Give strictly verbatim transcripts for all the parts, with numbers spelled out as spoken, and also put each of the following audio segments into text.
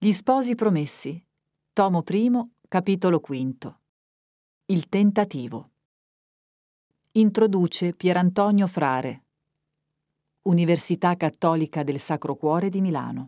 Gli sposi promessi. Tomo primo, capitolo quinto. Il tentativo. Introduce Pierantonio Frare. Università Cattolica del Sacro Cuore di Milano.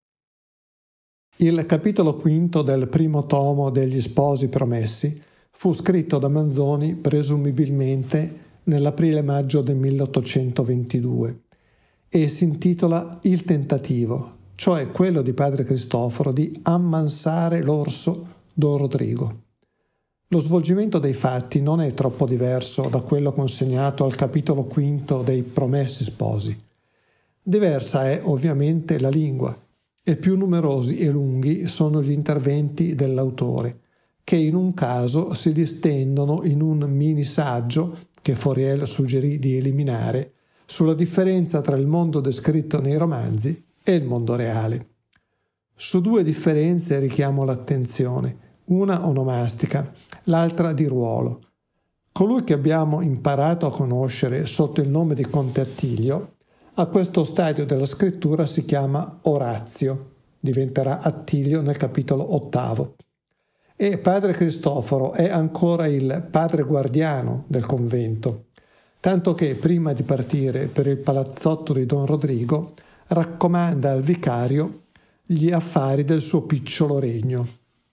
Il capitolo quinto del primo tomo degli Sposi Promessi fu scritto da Manzoni presumibilmente nell'aprile-maggio del milleottocentoventidue e si intitola Il tentativo, cioè quello di padre Cristoforo di ammansare l'orso Don Rodrigo. Lo svolgimento dei fatti non è troppo diverso da quello consegnato al capitolo quinto dei Promessi Sposi. Diversa è ovviamente la lingua e più numerosi e lunghi sono gli interventi dell'autore, che in un caso si distendono in un mini saggio, che Fauriel suggerì di eliminare, sulla differenza tra il mondo descritto nei romanzi e il mondo reale. Su due differenze richiamo l'attenzione, una onomastica, l'altra di ruolo. Colui che abbiamo imparato a conoscere sotto il nome di Conte Attilio, a questo stadio della scrittura si chiama Orazio, diventerà Attilio nel capitolo ottavo. E padre Cristoforo è ancora il padre guardiano del convento, tanto che prima di partire per il palazzotto di Don Rodrigo raccomanda al vicario gli affari del suo piccolo regno.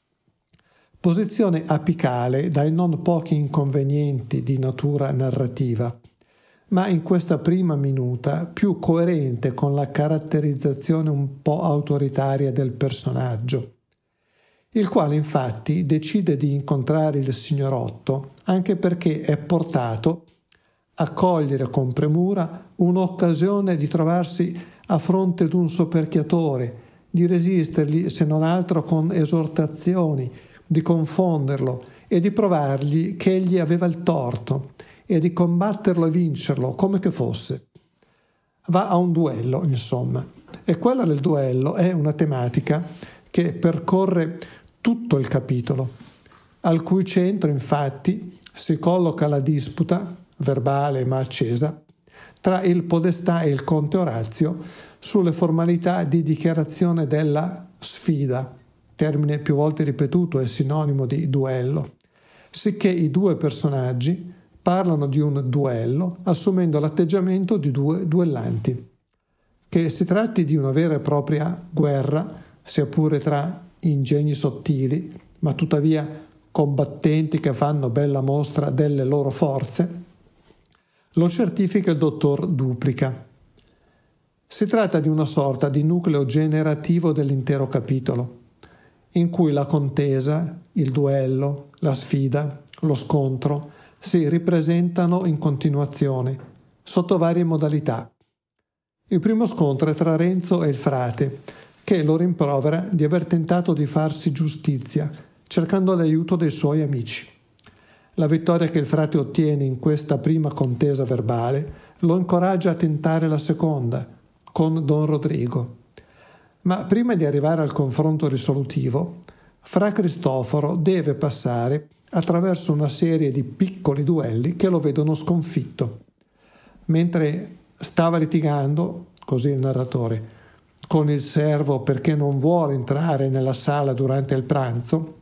Posizione apicale dai non pochi inconvenienti di natura narrativa, ma in questa prima minuta più coerente con la caratterizzazione un po' autoritaria del personaggio, il quale infatti decide di incontrare il signorotto anche perché è portato a cogliere con premura un'occasione di trovarsi a fronte d'un soperchiatore, di resistergli se non altro con esortazioni, di confonderlo e di provargli che egli aveva il torto e di combatterlo e vincerlo come che fosse. Va a un duello, insomma, e quella del duello è una tematica che percorre tutto il capitolo, al cui centro infatti si colloca la disputa, verbale ma accesa, tra il podestà e il conte Orazio sulle formalità di dichiarazione della sfida, termine più volte ripetuto e sinonimo di duello, sicché i due personaggi parlano di un duello assumendo l'atteggiamento di due duellanti. Che si tratti di una vera e propria guerra, sia pure tra ingegni sottili, ma tuttavia combattenti che fanno bella mostra delle loro forze, lo certifica il dottor Duplica. Si tratta di una sorta di nucleo generativo dell'intero capitolo, in cui la contesa, il duello, la sfida, lo scontro si ripresentano in continuazione, sotto varie modalità. Il primo scontro è tra Renzo e il frate, che lo rimprovera di aver tentato di farsi giustizia, cercando l'aiuto dei suoi amici. La vittoria che il frate ottiene in questa prima contesa verbale lo incoraggia a tentare la seconda, con Don Rodrigo. Ma prima di arrivare al confronto risolutivo, Fra Cristoforo deve passare attraverso una serie di piccoli duelli che lo vedono sconfitto. Mentre stava litigando, così il narratore, con il servo perché non vuole entrare nella sala durante il pranzo,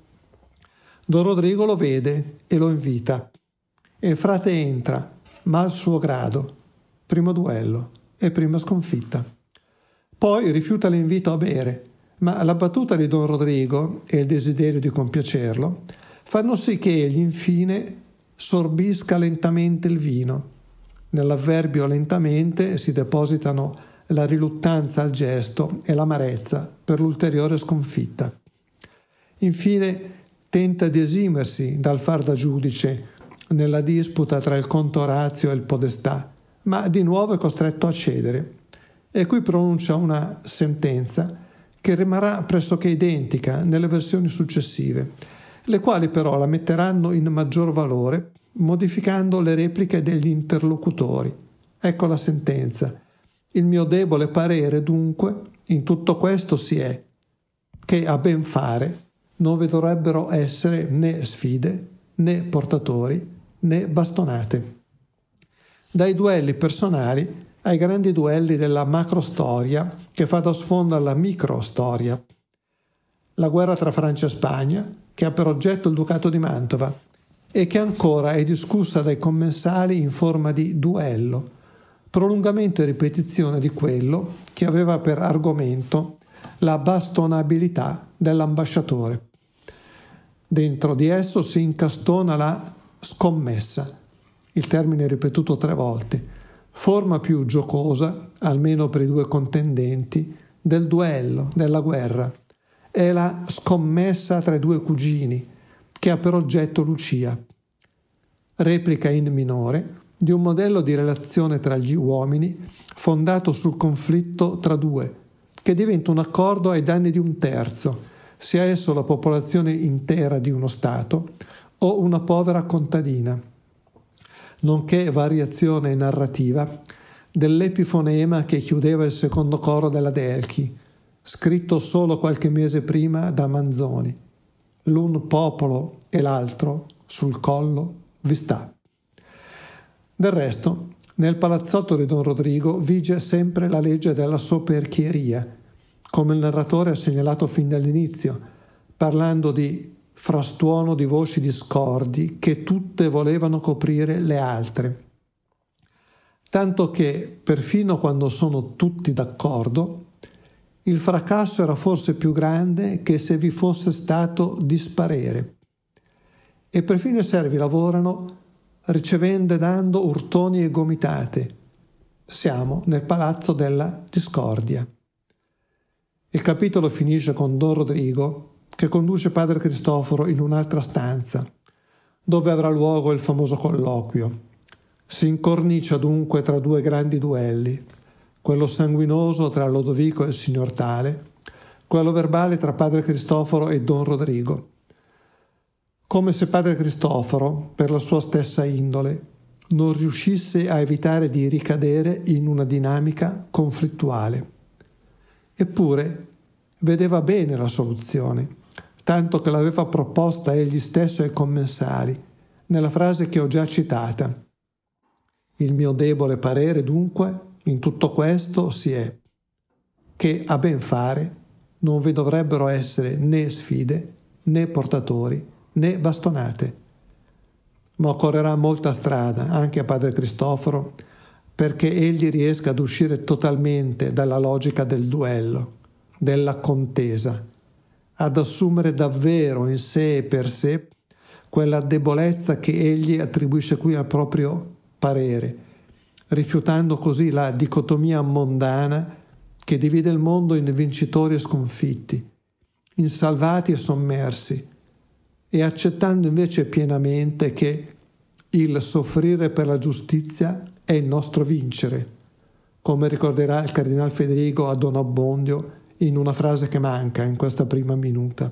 Don Rodrigo lo vede e lo invita. E il frate entra, ma al suo grado, primo duello e prima sconfitta. Poi rifiuta l'invito a bere, ma la battuta di Don Rodrigo e il desiderio di compiacerlo fanno sì che egli infine sorbisca lentamente il vino. Nell'avverbio lentamente si depositano la riluttanza al gesto e l'amarezza per l'ulteriore sconfitta. Infine tenta di esimersi dal far da giudice nella disputa tra il conte Orazio e il podestà, ma di nuovo è costretto a cedere. E qui pronuncia una sentenza che rimarrà pressoché identica nelle versioni successive, le quali però la metteranno in maggior valore modificando le repliche degli interlocutori. Ecco la sentenza. Il mio debole parere, dunque, in tutto questo si è che a ben fare non vi dovrebbero essere né sfide, né portatori, né bastonate. Dai duelli personali ai grandi duelli della macrostoria che fa da sfondo alla microstoria. la guerra tra Francia e Spagna, che ha per oggetto il Ducato di Mantova e che ancora è discussa dai commensali in forma di duello, prolungamento e ripetizione di quello che aveva per argomento la bastonabilità dell'ambasciatore. Dentro di esso si incastona la scommessa, il termine ripetuto tre volte, forma più giocosa, almeno per i due contendenti, del duello, della guerra. È la scommessa tra i due cugini, che ha per oggetto Lucia. Replica in minore di un modello di relazione tra gli uomini fondato sul conflitto tra due, che diventa un accordo ai danni di un terzo, sia esso la popolazione intera di uno Stato o una povera contadina, nonché variazione narrativa dell'epifonema che chiudeva il secondo coro della Delchi, scritto solo qualche mese prima da Manzoni. L'un popolo e l'altro sul collo vi sta. Del resto, nel palazzotto di Don Rodrigo vige sempre la legge della soperchieria, come il narratore ha segnalato fin dall'inizio, parlando di frastuono di voci discordi che tutte volevano coprire le altre. Tanto che, perfino quando sono tutti d'accordo, il fracasso era forse più grande che se vi fosse stato disparere. E perfino i servi lavorano ricevendo e dando urtoni e gomitate. Siamo nel palazzo della discordia. Il capitolo finisce con Don Rodrigo che conduce padre Cristoforo in un'altra stanza, dove avrà luogo il famoso colloquio. Si incornicia dunque tra due grandi duelli, quello sanguinoso tra Lodovico e il signor Tale, quello verbale tra padre Cristoforo e Don Rodrigo. Come se padre Cristoforo, per la sua stessa indole, non riuscisse a evitare di ricadere in una dinamica conflittuale. Eppure vedeva bene la soluzione, tanto che l'aveva proposta egli stesso ai commensali, nella frase che ho già citata. Il mio debole parere, dunque, in tutto questo si è che a ben fare non vi dovrebbero essere né sfide, né portatori, né bastonate. Ma occorrerà molta strada anche a padre Cristoforo perché egli riesca ad uscire totalmente dalla logica del duello, della contesa, ad assumere davvero in sé e per sé quella debolezza che egli attribuisce qui al proprio parere, rifiutando così la dicotomia mondana che divide il mondo in vincitori e sconfitti, in salvati e sommersi, e accettando invece pienamente che il soffrire per la giustizia è il nostro vincere, come ricorderà il cardinal Federigo a Don Abbondio in una frase che manca in questa prima minuta.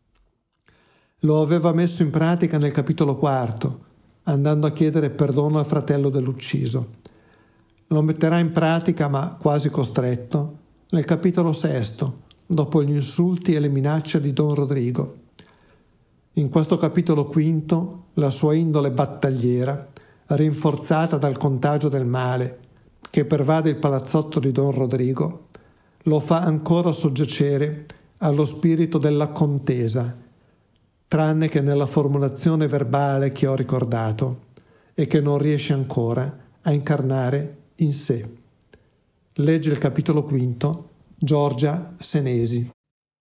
Lo aveva messo in pratica nel capitolo quarto, andando a chiedere perdono al fratello dell'ucciso. Lo metterà in pratica, ma quasi costretto, nel capitolo sesto, dopo gli insulti e le minacce di Don Rodrigo. In questo capitolo quinto, la sua indole battagliera, rinforzata dal contagio del male che pervade il palazzotto di Don Rodrigo, lo fa ancora soggiacere allo spirito della contesa, tranne che nella formulazione verbale che ho ricordato e che non riesce ancora a incarnare in sé. Legge il capitolo quinto Giorgia Senesi.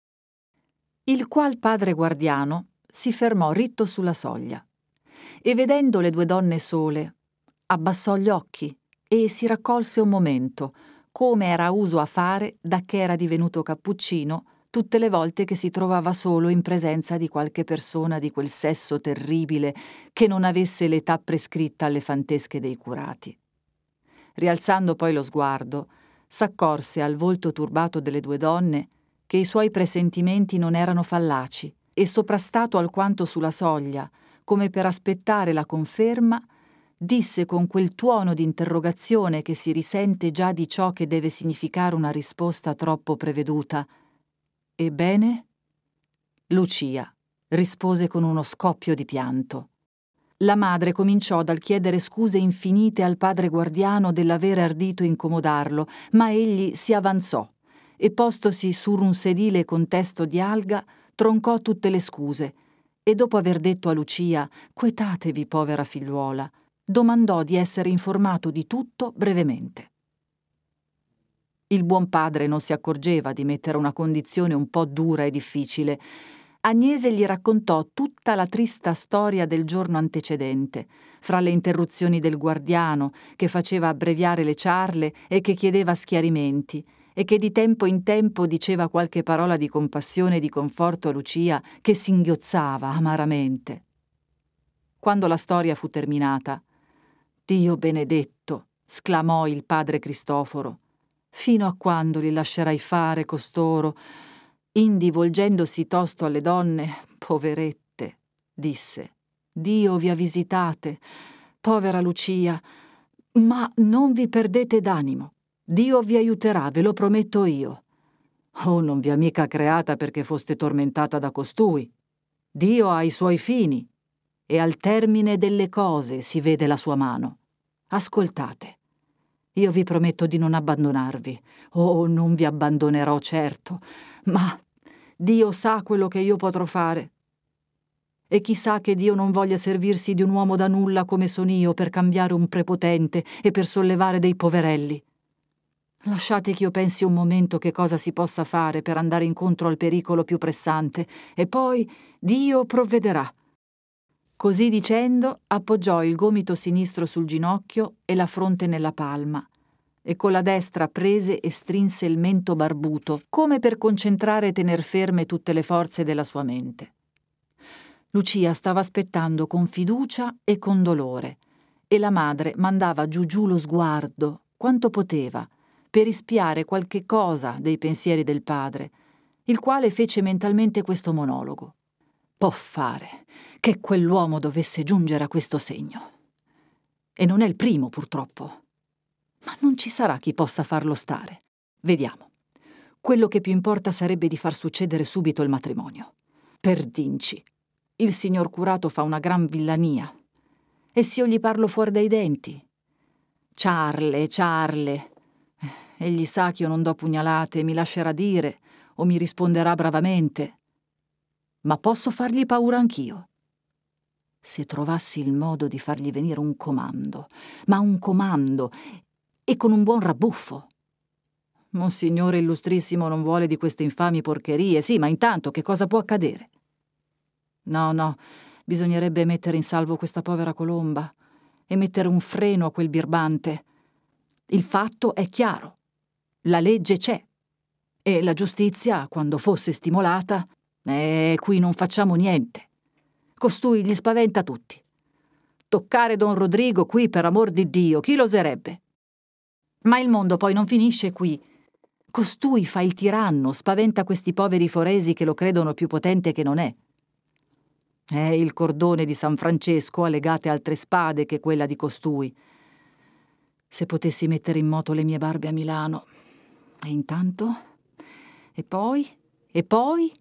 Il qual padre guardiano si fermò ritto sulla soglia e vedendo le due donne sole abbassò gli occhi e si raccolse un momento, come era uso a fare da che era divenuto cappuccino tutte le volte che si trovava solo in presenza di qualche persona di quel sesso terribile che non avesse l'età prescritta alle fantesche dei curati. Rialzando poi lo sguardo, s'accorse al volto turbato delle due donne che i suoi presentimenti non erano fallaci e, soprastato alquanto sulla soglia, come per aspettare la conferma, disse con quel tuono di interrogazione che si risente già di ciò che deve significare una risposta troppo preveduta: «Ebbene?» Lucia rispose con uno scoppio di pianto. La madre cominciò dal chiedere scuse infinite al padre guardiano dell'avere ardito incomodarlo, ma egli si avanzò e, postosi sur un sedile con testo di alga, troncò tutte le scuse e dopo aver detto a Lucia «Quetatevi, povera figliuola», domandò di essere informato di tutto brevemente. Il buon padre non si accorgeva di mettere una condizione un po' dura e difficile. Agnese gli raccontò tutta la trista storia del giorno antecedente, fra le interruzioni del guardiano che faceva abbreviare le ciarle e che chiedeva schiarimenti, e che di tempo in tempo diceva qualche parola di compassione e di conforto a Lucia, che singhiozzava amaramente. Quando la storia fu terminata, «Dio benedetto», sclamò il padre Cristoforo, «fino a quando li lascerai fare costoro?» Indi, volgendosi tosto alle donne, «Poverette», disse, «Dio vi ha visitate, povera Lucia, ma non vi perdete d'animo. Dio vi aiuterà, ve lo prometto io. Oh, non vi ha mica creata perché foste tormentata da costui. Dio ha i suoi fini e al termine delle cose si vede la sua mano. Ascoltate. Io vi prometto di non abbandonarvi. Oh, non vi abbandonerò, certo, ma Dio sa quello che io potrò fare. E chissà che Dio non voglia servirsi di un uomo da nulla come son io per cambiare un prepotente e per sollevare dei poverelli. Lasciate che io pensi un momento che cosa si possa fare per andare incontro al pericolo più pressante, e poi Dio provvederà». Così dicendo, appoggiò il gomito sinistro sul ginocchio e la fronte nella palma, e con la destra prese e strinse il mento barbuto, come per concentrare e tener ferme tutte le forze della sua mente. Lucia stava aspettando con fiducia e con dolore, e la madre mandava giù giù lo sguardo, quanto poteva, per ispiare qualche cosa dei pensieri del padre, il quale fece mentalmente questo monologo. «Può fare che quell'uomo dovesse giungere a questo segno. E non è il primo, purtroppo. Ma non ci sarà chi possa farlo stare. Vediamo. Quello che più importa sarebbe di far succedere subito il matrimonio. Perdinci. Il signor curato fa una gran villania. E se io gli parlo fuori dai denti? Ciarle, ciarle. Egli sa che io non do pugnalate e mi lascerà dire, o mi risponderà bravamente. Ma posso fargli paura anch'io. Se trovassi il modo di fargli venire un comando, ma un comando, e con un buon rabbuffo. Monsignore illustrissimo non vuole di queste infami porcherie, sì, ma intanto che cosa può accadere? No, no, bisognerebbe mettere in salvo questa povera colomba e mettere un freno a quel birbante. Il fatto è chiaro. La legge c'è. E la giustizia, quando fosse stimolata, eh, qui non facciamo niente. Costui gli spaventa tutti. Toccare Don Rodrigo qui, per amor di Dio, chi lo oserebbe? Ma il mondo poi non finisce qui. Costui fa il tiranno, spaventa questi poveri foresi che lo credono più potente che non è. È il cordone di San Francesco ha legate altre spade che quella di costui. Se potessi mettere in moto le mie barbe a Milano. E intanto? E poi? E poi?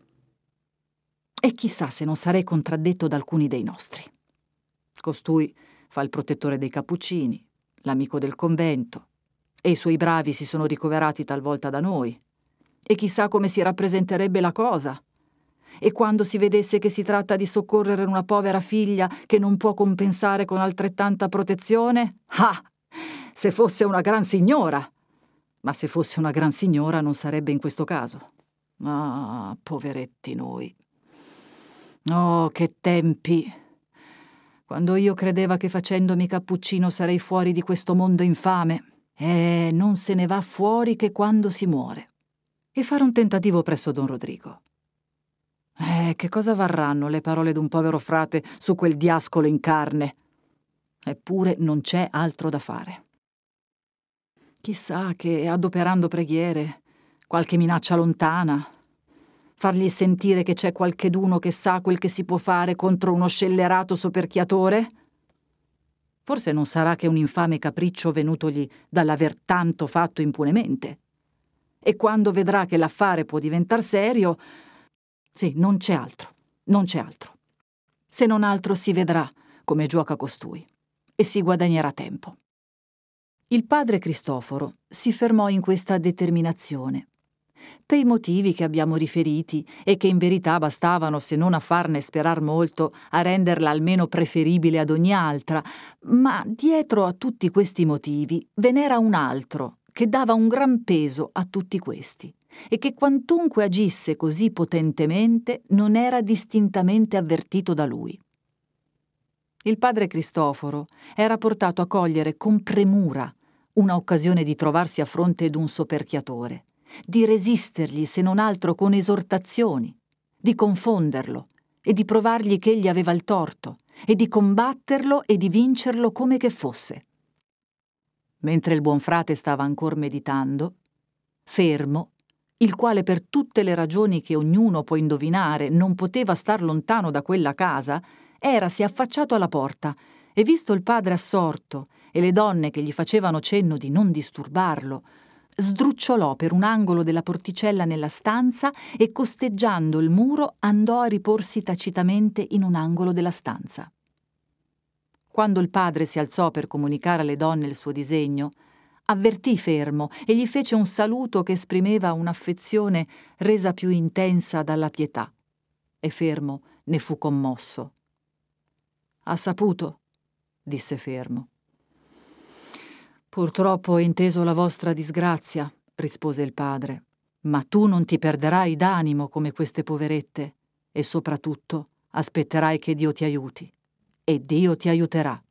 E chissà se non sarei contraddetto da alcuni dei nostri. Costui fa il protettore dei Cappuccini, l'amico del convento, e i suoi bravi si sono ricoverati talvolta da noi. E chissà come si rappresenterebbe la cosa. E quando si vedesse che si tratta di soccorrere una povera figlia che non può compensare con altrettanta protezione? Ah! Se fosse una gran signora! Ma se fosse una gran signora non sarebbe in questo caso. Ah, poveretti noi! Oh, che tempi! Quando io credeva che facendomi cappuccino sarei fuori di questo mondo infame, eh, non se ne va fuori che quando si muore. E fare un tentativo presso Don Rodrigo. Eh, che cosa varranno le parole d'un povero frate su quel diascolo in carne? Eppure non c'è altro da fare. Chissà che, adoperando preghiere, qualche minaccia lontana, fargli sentire che c'è qualcheduno che sa quel che si può fare contro uno scellerato soperchiatore? Forse non sarà che un infame capriccio venutogli dall'aver tanto fatto impunemente. E quando vedrà che l'affare può diventar serio, sì, non c'è altro, non c'è altro. Se non altro si vedrà come gioca costui e si guadagnerà tempo. Il padre Cristoforo si fermò in questa determinazione per i motivi che abbiamo riferiti e che in verità bastavano, se non a farne sperar molto, a renderla almeno preferibile ad ogni altra, ma dietro a tutti questi motivi ve n'era un altro che dava un gran peso a tutti questi e che quantunque agisse così potentemente non era distintamente avvertito da lui. Il padre Cristoforo era portato a cogliere con premura una occasione di trovarsi a fronte d'un soperchiatore, di resistergli se non altro con esortazioni, di confonderlo e di provargli che egli aveva il torto e di combatterlo e di vincerlo come che fosse. Mentre il buon frate stava ancor meditando, Fermo, il quale per tutte le ragioni che ognuno può indovinare non poteva star lontano da quella casa, erasi affacciato alla porta e, visto il padre assorto e le donne che gli facevano cenno di non disturbarlo, sdrucciolò per un angolo della porticella nella stanza e, costeggiando il muro, andò a riporsi tacitamente in un angolo della stanza. Quando il padre si alzò per comunicare alle donne il suo disegno, avvertì Fermo e gli fece un saluto che esprimeva un'affezione resa più intensa dalla pietà. E Fermo ne fu commosso. «Ha saputo?» disse Fermo. «Purtroppo ho inteso la vostra disgrazia», rispose il padre, «ma tu non ti perderai d'animo come queste poverette e soprattutto aspetterai che Dio ti aiuti. E Dio ti aiuterà».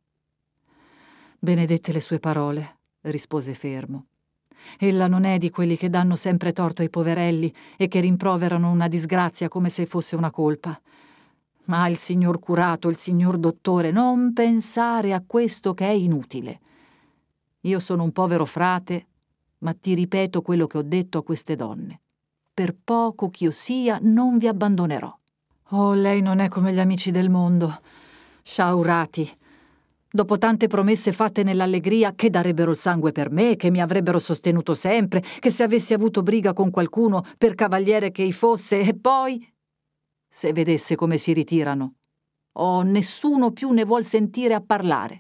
«Benedette le sue parole», rispose Fermo. «Ella non è di quelli che danno sempre torto ai poverelli e che rimproverano una disgrazia come se fosse una colpa. Ma il signor curato, il signor dottore, non pensare a questo che è inutile. Io sono un povero frate, ma ti ripeto quello che ho detto a queste donne. Per poco ch'io sia, non vi abbandonerò. Oh, lei non è come gli amici del mondo, sciaurati. Dopo tante promesse fatte nell'allegria che darebbero il sangue per me, che mi avrebbero sostenuto sempre, che se avessi avuto briga con qualcuno, per cavaliere che ei fosse, e poi... Se vedesse come si ritirano. Oh, nessuno più ne vuol sentire a parlare».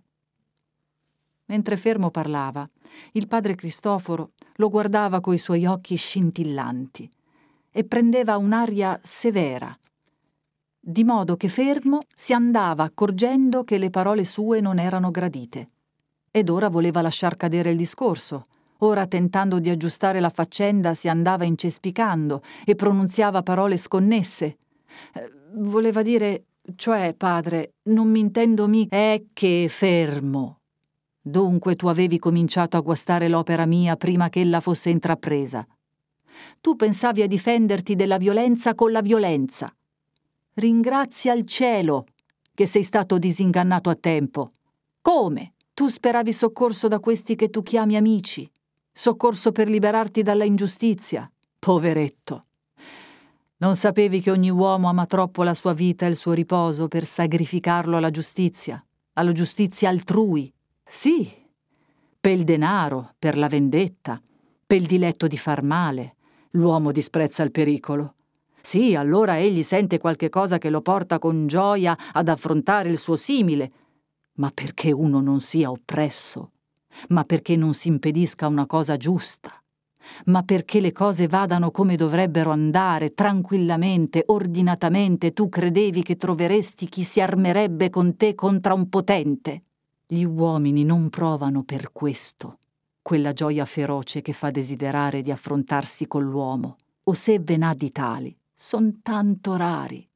Mentre Fermo parlava, il padre Cristoforo lo guardava coi suoi occhi scintillanti e prendeva un'aria severa, di modo che Fermo si andava accorgendo che le parole sue non erano gradite. Ed ora voleva lasciar cadere il discorso, ora tentando di aggiustare la faccenda si andava incespicando e pronunziava parole sconnesse. Eh, voleva dire, cioè, padre, non mi intendo mica... È che Fermo. Dunque tu avevi cominciato a guastare l'opera mia prima che ella fosse intrapresa. Tu pensavi a difenderti della violenza con la violenza. Ringrazia il cielo che sei stato disingannato a tempo. Come? Tu speravi soccorso da questi che tu chiami amici, soccorso per liberarti dalla ingiustizia. Poveretto. Non sapevi che ogni uomo ama troppo la sua vita e il suo riposo per sacrificarlo alla giustizia, alla giustizia altrui. Sì, per il denaro, per la vendetta, per il diletto di far male, l'uomo disprezza il pericolo. Sì, allora egli sente qualche cosa che lo porta con gioia ad affrontare il suo simile, ma perché uno non sia oppresso, ma perché non si impedisca una cosa giusta, ma perché le cose vadano come dovrebbero andare, tranquillamente, ordinatamente, tu credevi che troveresti chi si armerebbe con te contra un potente. Gli uomini non provano per questo quella gioia feroce che fa desiderare di affrontarsi con l'uomo, o se ve n'ha di tali, son tanto rari.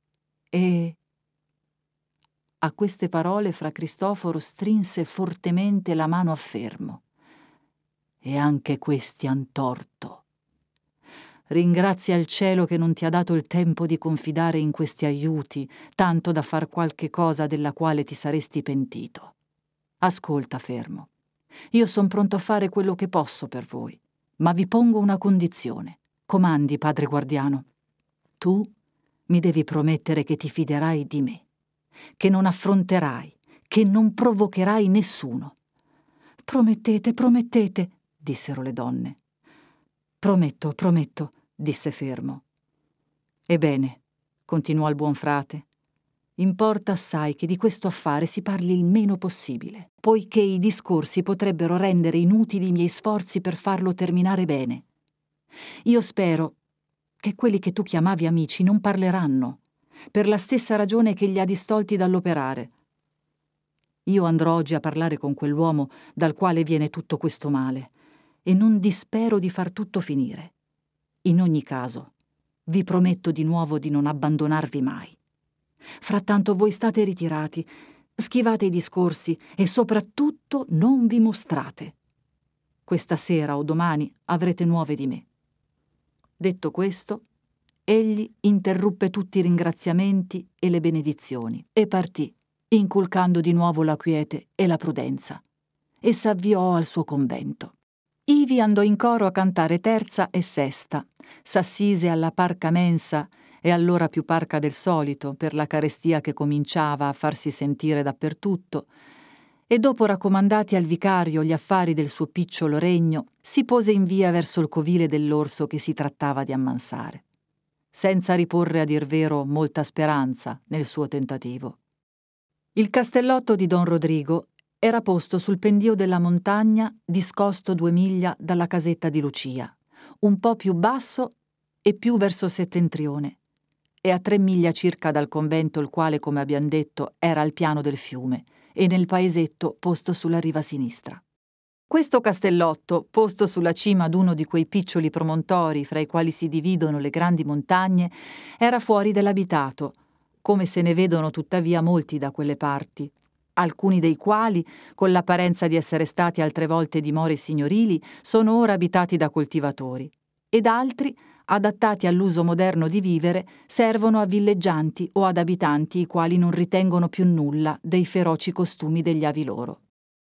E a queste parole fra Cristoforo strinse fortemente la mano a Fermo. E anche questi han torto. Ringrazia il cielo che non ti ha dato il tempo di confidare in questi aiuti, tanto da far qualche cosa della quale ti saresti pentito. Ascolta, Fermo, io son pronto a fare quello che posso per voi, ma vi pongo una condizione. Comandi, padre guardiano. Tu mi devi promettere che ti fiderai di me, che non affronterai, che non provocherai nessuno. Promettete, promettete, dissero le donne. Prometto, prometto, disse Fermo. Ebbene, continuò il buon frate, importa assai che di questo affare si parli il meno possibile, poiché i discorsi potrebbero rendere inutili i miei sforzi per farlo terminare bene. Io spero che quelli che tu chiamavi amici non parleranno, per la stessa ragione che li ha distolti dall'operare. Io andrò oggi a parlare con quell'uomo dal quale viene tutto questo male e non dispero di far tutto finire. In ogni caso, vi prometto di nuovo di non abbandonarvi mai. Frattanto voi state ritirati, schivate i discorsi e soprattutto non vi mostrate. Questa sera o domani avrete nuove di me. Detto questo, egli interruppe tutti i ringraziamenti e le benedizioni e partì, inculcando di nuovo la quiete e la prudenza, e s'avviò al suo convento. Ivi andò in coro a cantare terza e sesta, s'assise alla parca mensa e allora più parca del solito per la carestia che cominciava a farsi sentire dappertutto, e dopo raccomandati al vicario gli affari del suo picciolo regno, si pose in via verso il covile dell'orso che si trattava di ammansare, senza riporre a dir vero molta speranza nel suo tentativo. Il castellotto di Don Rodrigo era posto sul pendio della montagna, discosto due miglia dalla casetta di Lucia, un po' più basso e più verso settentrione, e a tre miglia circa dal convento, il quale, come abbiamo detto, era al piano del fiume e nel paesetto posto sulla riva sinistra. Questo castellotto, posto sulla cima d'uno di quei piccioli promontori fra i quali si dividono le grandi montagne, era fuori dell'abitato, come se ne vedono tuttavia molti da quelle parti, alcuni dei quali, con l'apparenza di essere stati altre volte dimore signorili, sono ora abitati da coltivatori, ed altri, adattati all'uso moderno di vivere, servono a villeggianti o ad abitanti i quali non ritengono più nulla dei feroci costumi degli avi loro.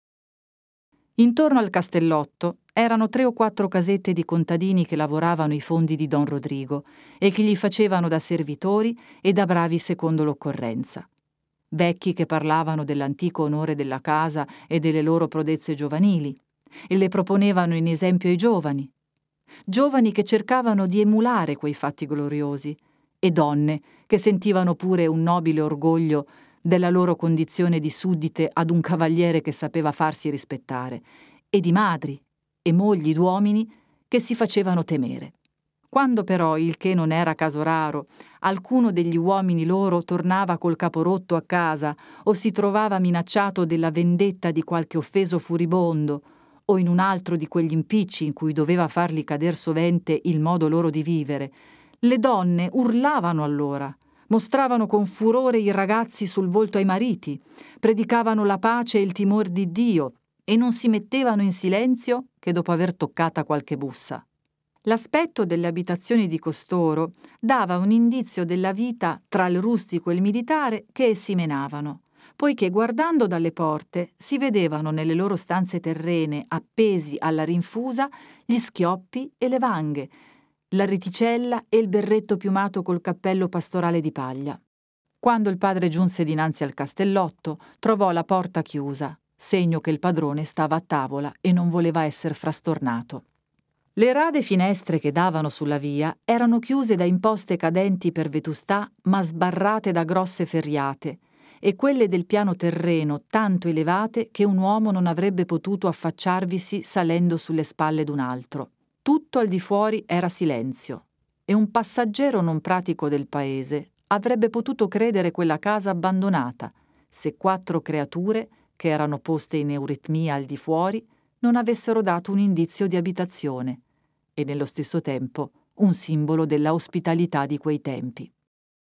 Intorno al castellotto erano tre o quattro casette di contadini che lavoravano i fondi di Don Rodrigo e che gli facevano da servitori e da bravi secondo l'occorrenza. Vecchi che parlavano dell'antico onore della casa e delle loro prodezze giovanili e le proponevano in esempio ai giovani. Giovani che cercavano di emulare quei fatti gloriosi e donne che sentivano pure un nobile orgoglio della loro condizione di suddite ad un cavaliere che sapeva farsi rispettare, e di madri e mogli d'uomini che si facevano temere. Quando però, il che non era caso raro, alcuno degli uomini loro tornava col capo rotto a casa o si trovava minacciato della vendetta di qualche offeso furibondo o in un altro di quegli impicci in cui doveva farli cader sovente il modo loro di vivere, le donne urlavano allora, mostravano con furore i ragazzi sul volto ai mariti, predicavano la pace e il timor di Dio e non si mettevano in silenzio che dopo aver toccata qualche bussa. L'aspetto delle abitazioni di costoro dava un indizio della vita tra il rustico e il militare che essi menavano, poiché guardando dalle porte si vedevano nelle loro stanze terrene appesi alla rinfusa gli schioppi e le vanghe, la reticella e il berretto piumato col cappello pastorale di paglia. Quando il padre giunse dinanzi al castellotto, trovò la porta chiusa, segno che il padrone stava a tavola e non voleva esser frastornato. Le rade finestre che davano sulla via erano chiuse da imposte cadenti per vetustà, ma sbarrate da grosse ferriate, e quelle del piano terreno tanto elevate che un uomo non avrebbe potuto affacciarvisi salendo sulle spalle d'un altro. Tutto al di fuori era silenzio, e un passaggero non pratico del paese avrebbe potuto credere quella casa abbandonata, se quattro creature, che erano poste in euritmia al di fuori, non avessero dato un indizio di abitazione e nello stesso tempo un simbolo della ospitalità di quei tempi.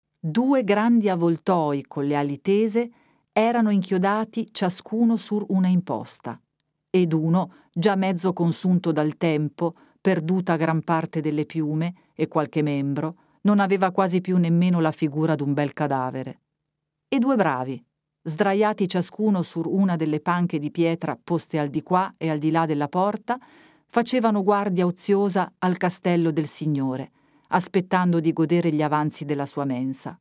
Due grandi avvoltoi con le ali tese erano inchiodati ciascuno su una imposta, ed uno, già mezzo consunto dal tempo, perduta gran parte delle piume e qualche membro, non aveva quasi più nemmeno la figura d'un bel cadavere. E due bravi, sdraiati ciascuno su una delle panche di pietra poste al di qua e al di là della porta, facevano guardia oziosa al castello del Signore, aspettando di godere gli avanzi della sua mensa.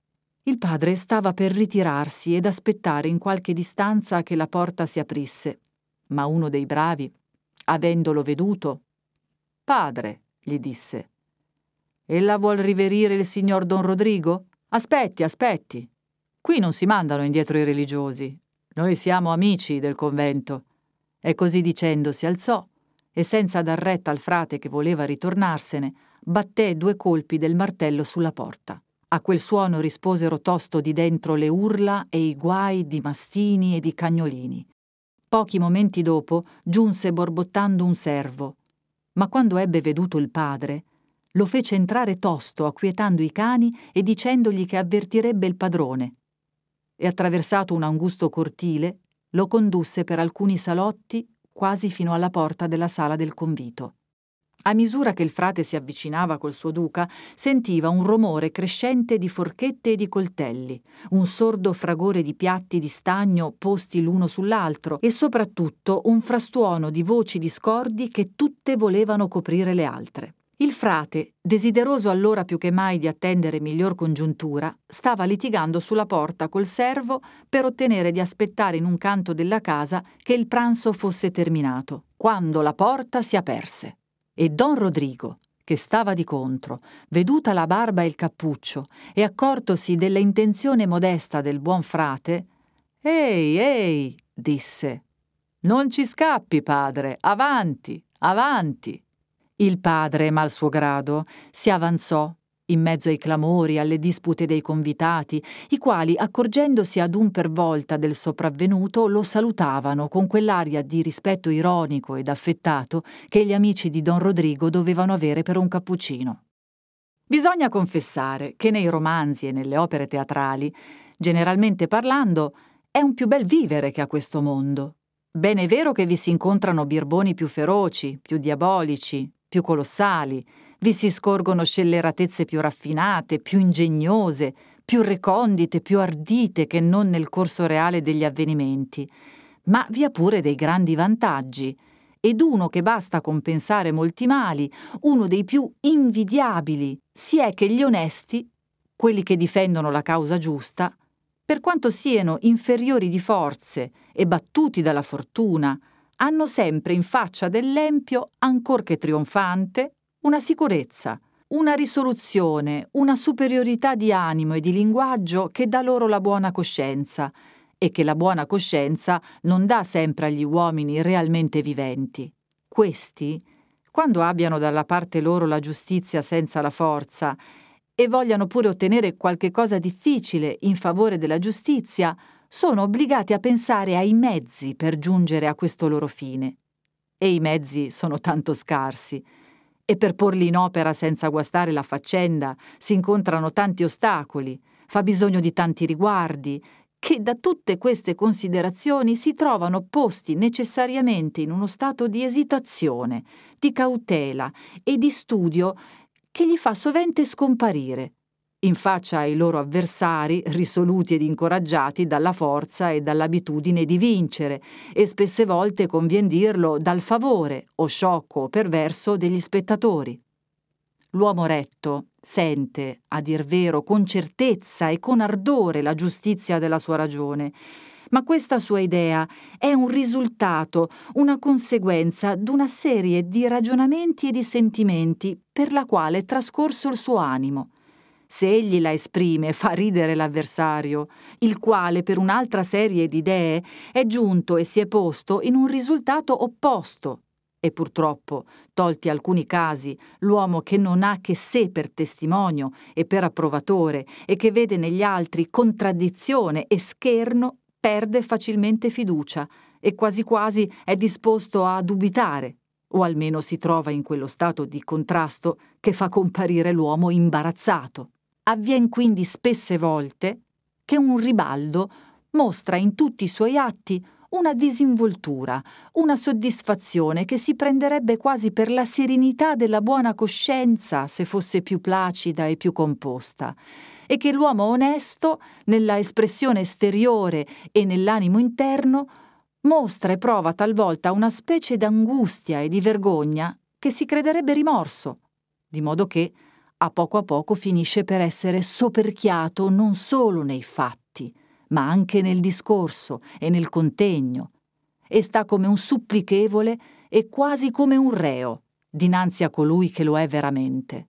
Il padre stava per ritirarsi ed aspettare in qualche distanza che la porta si aprisse, ma uno dei bravi, avendolo veduto, «Padre», gli disse, «ella vuol riverire il signor Don Rodrigo? Aspetti, aspetti. Qui non si mandano indietro i religiosi. Noi siamo amici del convento». E così dicendo si alzò e senza dar retta al frate che voleva ritornarsene, batté due colpi del martello sulla porta. A quel suono risposero tosto di dentro le urla e i guai di mastini e di cagnolini. Pochi momenti dopo giunse borbottando un servo, ma quando ebbe veduto il padre, lo fece entrare tosto, acquietando i cani e dicendogli che avvertirebbe il padrone. E attraversato un angusto cortile, lo condusse per alcuni salotti quasi fino alla porta della sala del convito. A misura che il frate si avvicinava col suo duca, sentiva un rumore crescente di forchette e di coltelli, un sordo fragore di piatti di stagno posti l'uno sull'altro e soprattutto un frastuono di voci discordi che tutte volevano coprire le altre. Il frate, desideroso allora più che mai di attendere miglior congiuntura, stava litigando sulla porta col servo per ottenere di aspettare in un canto della casa che il pranzo fosse terminato, quando la porta si aperse. E don Rodrigo, che stava di contro, veduta la barba e il cappuccio e accortosi della intenzione modesta del buon frate, «Ehi, ehi!» disse. «Non ci scappi, padre, avanti, avanti!» Il padre, mal suo grado, si avanzò in mezzo ai clamori, alle dispute dei convitati, i quali, accorgendosi ad un per volta del sopravvenuto, lo salutavano con quell'aria di rispetto ironico ed affettato che gli amici di don Rodrigo dovevano avere per un cappuccino. Bisogna confessare che nei romanzi e nelle opere teatrali, generalmente parlando, è un più bel vivere che a questo mondo. Ben è vero che vi si incontrano birboni più feroci, più diabolici, più colossali, vi si scorgono scelleratezze più raffinate, più ingegnose, più recondite, più ardite che non nel corso reale degli avvenimenti, ma vi ha pure dei grandi vantaggi, ed uno che basta a compensare molti mali, uno dei più invidiabili, si è che gli onesti, quelli che difendono la causa giusta, per quanto siano inferiori di forze e battuti dalla fortuna, hanno sempre in faccia dell'empio, ancor che trionfante, una sicurezza, una risoluzione, una superiorità di animo e di linguaggio che dà loro la buona coscienza e che la buona coscienza non dà sempre agli uomini realmente viventi. Questi, quando abbiano dalla parte loro la giustizia senza la forza e vogliano pure ottenere qualche cosa difficile in favore della giustizia, sono obbligati a pensare ai mezzi per giungere a questo loro fine. E i mezzi sono tanto scarsi, e per porli in opera senza guastare la faccenda si incontrano tanti ostacoli, fa bisogno di tanti riguardi, che da tutte queste considerazioni si trovano posti necessariamente in uno stato di esitazione, di cautela e di studio che gli fa sovente scomparire in faccia ai loro avversari risoluti ed incoraggiati dalla forza e dall'abitudine di vincere e spesse volte, convien dirlo, dal favore o sciocco o perverso degli spettatori. L'uomo retto sente, a dir vero, con certezza e con ardore la giustizia della sua ragione, ma questa sua idea è un risultato, una conseguenza d'una serie di ragionamenti e di sentimenti per la quale è trascorso il suo animo. Se egli la esprime, fa ridere l'avversario, il quale per un'altra serie di idee è giunto e si è posto in un risultato opposto. E purtroppo, tolti alcuni casi, l'uomo che non ha che sé per testimonio e per approvatore e che vede negli altri contraddizione e scherno, perde facilmente fiducia e quasi quasi è disposto a dubitare, o almeno si trova in quello stato di contrasto che fa comparire l'uomo imbarazzato. Avvien quindi spesse volte che un ribaldo mostra in tutti i suoi atti una disinvoltura, una soddisfazione che si prenderebbe quasi per la serenità della buona coscienza se fosse più placida e più composta, e che l'uomo onesto, nella espressione esteriore e nell'animo interno, mostra e prova talvolta una specie d'angustia e di vergogna che si crederebbe rimorso, di modo che a poco a poco finisce per essere soperchiato non solo nei fatti, ma anche nel discorso e nel contegno, e sta come un supplichevole e quasi come un reo dinanzi a colui che lo è veramente.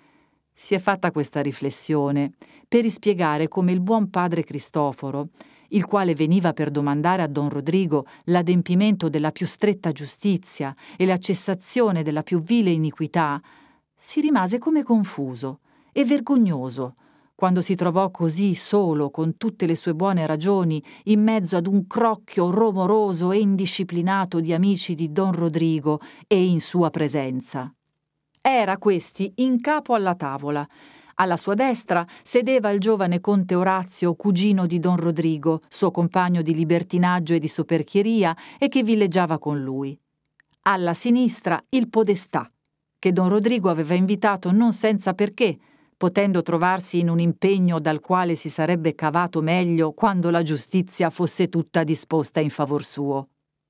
Si è fatta questa riflessione per ispiegare come il buon padre Cristoforo, il quale veniva per domandare a don Rodrigo l'adempimento della più stretta giustizia e la cessazione della più vile iniquità, si rimase come confuso e vergognoso quando si trovò così solo con tutte le sue buone ragioni in mezzo ad un crocchio romoroso e indisciplinato di amici di don Rodrigo e in sua presenza. Era questi in capo alla tavola. Alla sua destra sedeva il giovane conte Orazio, cugino di don Rodrigo, suo compagno di libertinaggio e di soperchieria e che villeggiava con lui. Alla sinistra il podestà, che don Rodrigo aveva invitato non senza perché, potendo trovarsi in un impegno dal quale si sarebbe cavato meglio quando la giustizia fosse tutta disposta in favor suo.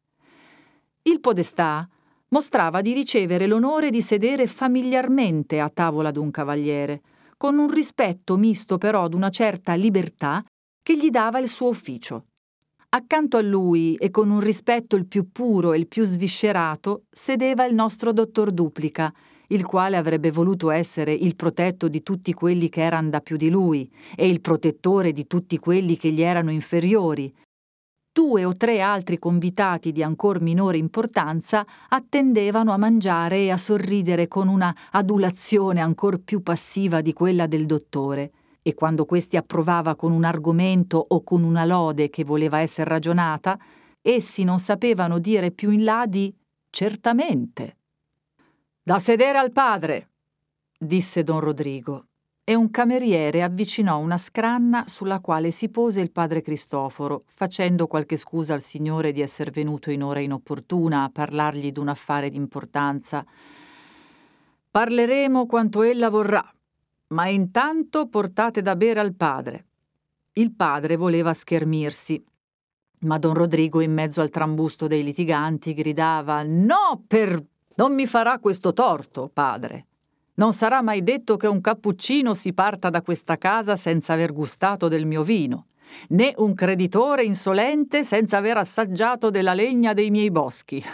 Il podestà mostrava di ricevere l'onore di sedere familiarmente a tavola d'un cavaliere, con un rispetto misto però d'una certa libertà che gli dava il suo ufficio. Accanto a lui, e con un rispetto il più puro e il più sviscerato, sedeva il nostro dottor Duplica, il quale avrebbe voluto essere il protetto di tutti quelli che eran da più di lui e il protettore di tutti quelli che gli erano inferiori. Due o tre altri convitati di ancor minore importanza attendevano a mangiare e a sorridere con una adulazione ancor più passiva di quella del dottore, e quando questi approvava con un argomento o con una lode che voleva essere ragionata, essi non sapevano dire più in là di «certamente». «Da sedere al padre», disse don Rodrigo, e un cameriere avvicinò una scranna sulla quale si pose il padre Cristoforo, facendo qualche scusa al signore di esser venuto in ora inopportuna a parlargli d'un affare d'importanza. «Parleremo quanto ella vorrà, ma intanto portate da bere al padre». Il padre voleva schermirsi, ma don Rodrigo, in mezzo al trambusto dei litiganti, gridava «No, per... non mi farà questo torto, padre. Non sarà mai detto che un cappuccino si parta da questa casa senza aver gustato del mio vino, né un creditore insolente senza aver assaggiato della legna dei miei boschi».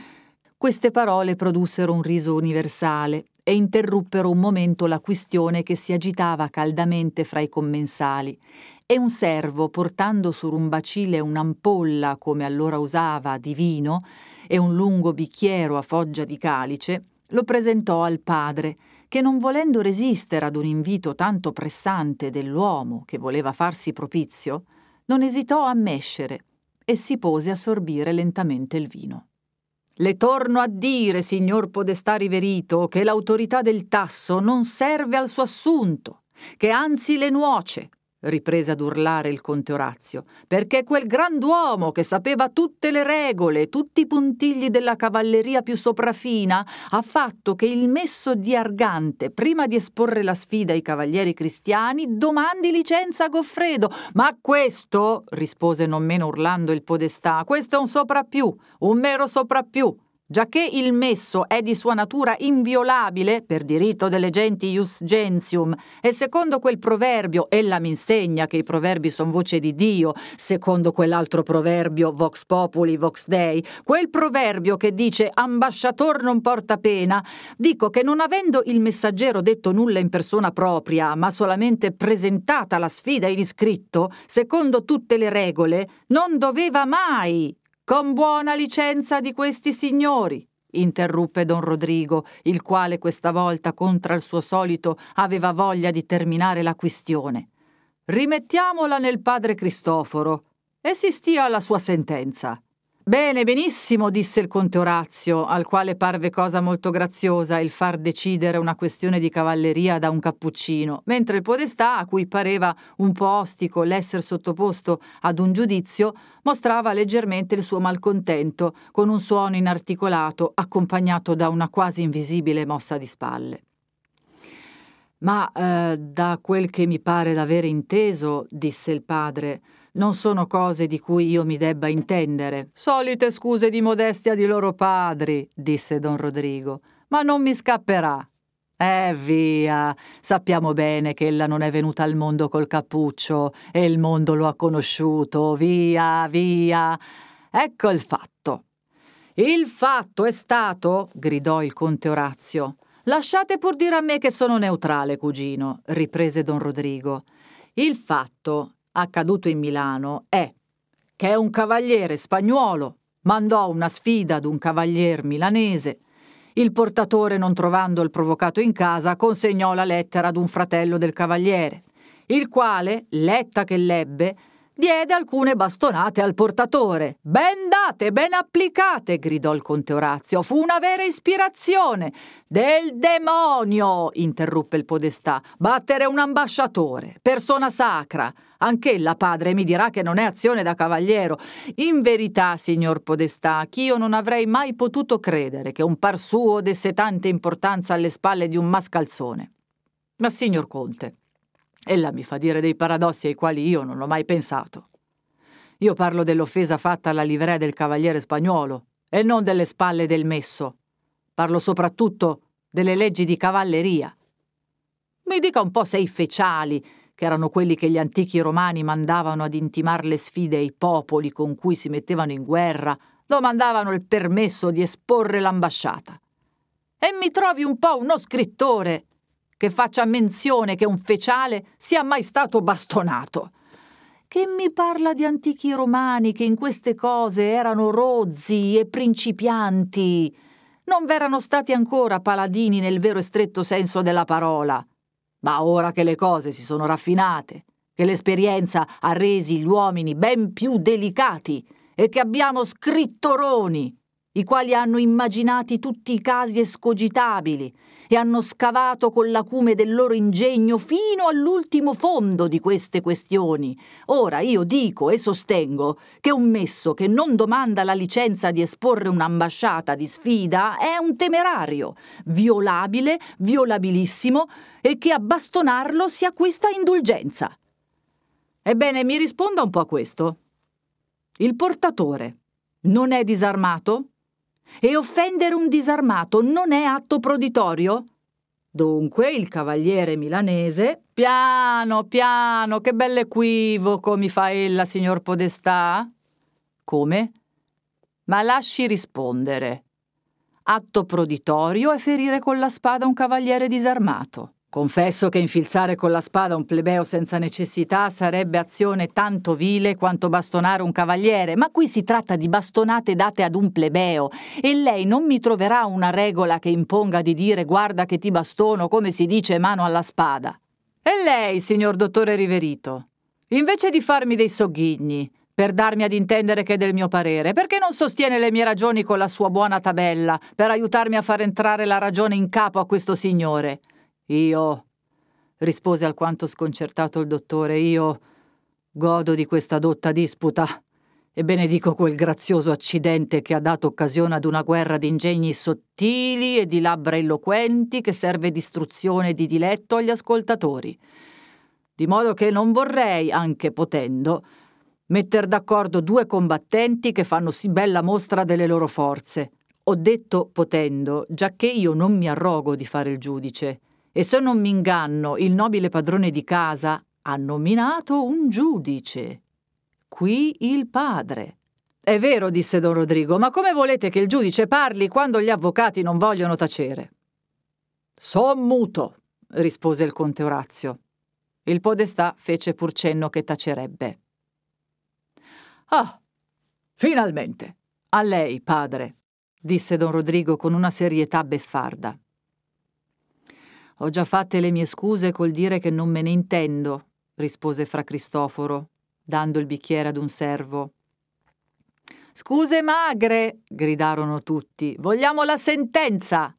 Queste parole produssero un riso universale e interruppero un momento la quistione che si agitava caldamente fra i commensali, e un servo, portando su un bacile un'ampolla, come allora usava, di vino e un lungo bicchiero a foggia di calice, lo presentò al padre, che, non volendo resistere ad un invito tanto pressante dell'uomo che voleva farsi propizio, non esitò a mescere e si pose a sorbire lentamente il vino. «Le torno a dire, signor podestà riverito, che l'autorità del tasso non serve al suo assunto, che anzi le nuoce», riprese ad urlare il conte Orazio, «perché quel grand'uomo che sapeva tutte le regole, tutti i puntigli della cavalleria più sopraffina, ha fatto che il messo di Argante, prima di esporre la sfida ai cavalieri cristiani, domandi licenza a Goffredo». «Ma questo», rispose non meno urlando il podestà, «questo è un soprappiù, un mero soprappiù. Giacché il messo è di sua natura inviolabile, per diritto delle genti ius gentium, e secondo quel proverbio, ella mi insegna che i proverbi son voce di Dio, secondo quell'altro proverbio, vox populi, vox dei, quel proverbio che dice ambasciator non porta pena, dico che non avendo il messaggero detto nulla in persona propria, ma solamente presentata la sfida in iscritto, secondo tutte le regole, non doveva mai, con buona licenza di questi signori», interruppe don Rodrigo, il quale questa volta, contra il suo solito, aveva voglia di terminare la quistione. «Rimettiamola nel padre Cristoforo e si stia alla sua sentenza». «Bene, benissimo», disse il conte Orazio, al quale parve cosa molto graziosa il far decidere una questione di cavalleria da un cappuccino, mentre il podestà, a cui pareva un po' ostico l'essere sottoposto ad un giudizio, mostrava leggermente il suo malcontento con un suono inarticolato accompagnato da una quasi invisibile mossa di spalle. «Ma eh, da quel che mi pare d'avere inteso», disse il padre, «non sono cose di cui io mi debba intendere». «Solite scuse di modestia di loro padri», disse don Rodrigo, «ma non mi scapperà». «Eh via, sappiamo bene che ella non è venuta al mondo col cappuccio e il mondo lo ha conosciuto, via, via. Ecco il fatto». «Il fatto è stato», gridò il conte Orazio. «Lasciate pur dire a me che sono neutrale, cugino», riprese don Rodrigo. «Il fatto accaduto in Milano è che un cavaliere spagnuolo mandò una sfida ad un cavalier milanese. Il portatore, non trovando il provocato in casa, consegnò la lettera ad un fratello del cavaliere, il quale, letta che l'ebbe, diede alcune bastonate al portatore. «Ben date, ben applicate!» gridò il conte Orazio. «Fu una vera ispirazione!» «Del demonio!» interruppe il podestà. «Battere un ambasciatore, persona sacra! Anch'ella, padre, mi dirà che non è azione da cavaliero. In verità, signor podestà, ch'io non avrei mai potuto credere che un par suo desse tanta importanza alle spalle di un mascalzone. Ma, signor conte, ella mi fa dire dei paradossi ai quali io non ho mai pensato. Io parlo dell'offesa fatta alla livrea del cavaliere spagnuolo e non delle spalle del messo. Parlo soprattutto delle leggi di cavalleria. Mi dica un po' se i feciali, che erano quelli che gli antichi romani mandavano ad intimar le sfide ai popoli con cui si mettevano in guerra, domandavano il permesso di esporre l'ambasciata. E mi trovi un po' uno scrittore che faccia menzione che un feciale sia mai stato bastonato. Che mi parla di antichi romani che in queste cose erano rozzi e principianti. Non v'erano stati ancora paladini nel vero e stretto senso della parola. Ma ora che le cose si sono raffinate, che l'esperienza ha resi gli uomini ben più delicati e che abbiamo scrittoroni, i quali hanno immaginati tutti i casi escogitabili e hanno scavato con l'acume del loro ingegno fino all'ultimo fondo di queste questioni. Ora io dico e sostengo che un messo che non domanda la licenza di esporre un'ambasciata di sfida è un temerario, violabile, violabilissimo, e che a bastonarlo si acquista indulgenza. Ebbene, mi risponda un po' a questo. Il portatore non è disarmato? E offendere un disarmato non è atto proditorio? Dunque il cavaliere milanese... Piano, piano, che bell'equivoco mi fa ella, signor podestà? Come? Ma lasci rispondere. Atto proditorio è ferire con la spada un cavaliere disarmato. Confesso che infilzare con la spada un plebeo senza necessità sarebbe azione tanto vile quanto bastonare un cavaliere, ma qui si tratta di bastonate date ad un plebeo e lei non mi troverà una regola che imponga di dire guarda che ti bastono, come si dice, mano alla spada. E lei, signor dottore Riverito, invece di farmi dei sogghigni per darmi ad intendere che è del mio parere, perché non sostiene le mie ragioni con la sua buona tabella per aiutarmi a far entrare la ragione in capo a questo signore? Io, rispose alquanto sconcertato il dottore, io godo di questa dotta disputa e benedico quel grazioso accidente che ha dato occasione ad una guerra di ingegni sottili e di labbra eloquenti che serve d'istruzione e di diletto agli ascoltatori. Di modo che non vorrei, anche potendo, metter d'accordo due combattenti che fanno sì bella mostra delle loro forze. Ho detto potendo, giacché io non mi arrogo di fare il giudice. E se non mi inganno, il nobile padrone di casa ha nominato un giudice. Qui il padre. È vero, disse don Rodrigo, ma come volete che il giudice parli quando gli avvocati non vogliono tacere? Son muto, rispose il conte Orazio. Il podestà fece pur cenno che tacerebbe. Ah, finalmente. A lei, padre, disse don Rodrigo con una serietà beffarda. Ho già fatte le mie scuse col dire che non me ne intendo, rispose fra Cristoforo, dando il bicchiere ad un servo. Scuse magre, gridarono tutti, vogliamo la sentenza.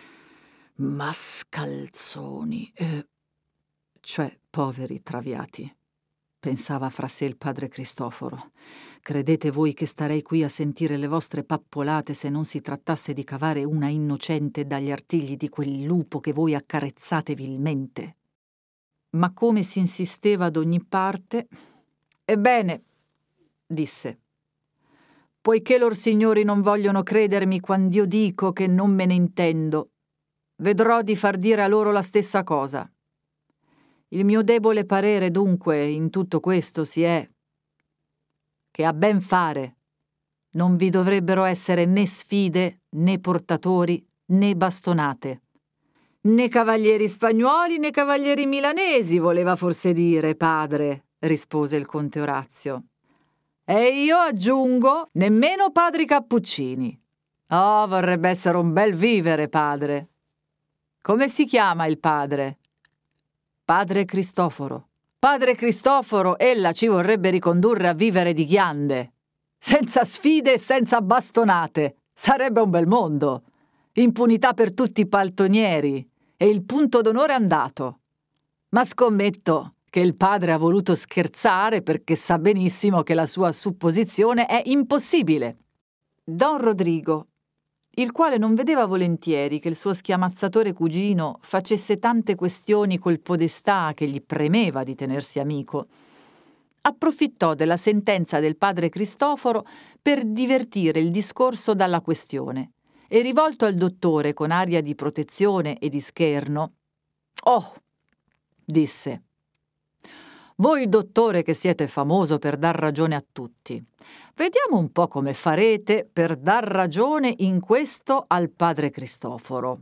Mascalzoni, eh, cioè poveri traviati, pensava fra sé il padre Cristoforo. Credete voi che starei qui a sentire le vostre pappolate se non si trattasse di cavare una innocente dagli artigli di quel lupo che voi accarezzate vilmente? Ma come si insisteva ad ogni parte... Ebbene, disse, poiché lor signori non vogliono credermi quand'io dico che non me ne intendo, vedrò di far dire a loro la stessa cosa. Il mio debole parere, dunque, in tutto questo si è che a ben fare non vi dovrebbero essere né sfide, né portatori, né bastonate. Né cavalieri spagnuoli, né cavalieri milanesi, voleva forse dire, padre, rispose il conte Orazio. E io aggiungo, nemmeno padri cappuccini. Oh, vorrebbe essere un bel vivere, padre. Come si chiama il padre? Padre Cristoforo. Padre Cristoforo, ella ci vorrebbe ricondurre a vivere di ghiande. Senza sfide e senza bastonate. Sarebbe un bel mondo. Impunità per tutti i paltonieri. E il punto d'onore andato. Ma scommetto che il padre ha voluto scherzare perché sa benissimo che la sua supposizione è impossibile. Don Rodrigo, il quale non vedeva volentieri che il suo schiamazzatore cugino facesse tante questioni col podestà che gli premeva di tenersi amico, approfittò della sentenza del padre Cristoforo per divertire il discorso dalla questione e, rivolto al dottore con aria di protezione e di scherno, «Oh», disse, «voi, dottore, che siete famoso per dar ragione a tutti, vediamo un po' come farete per dar ragione in questo al padre Cristoforo».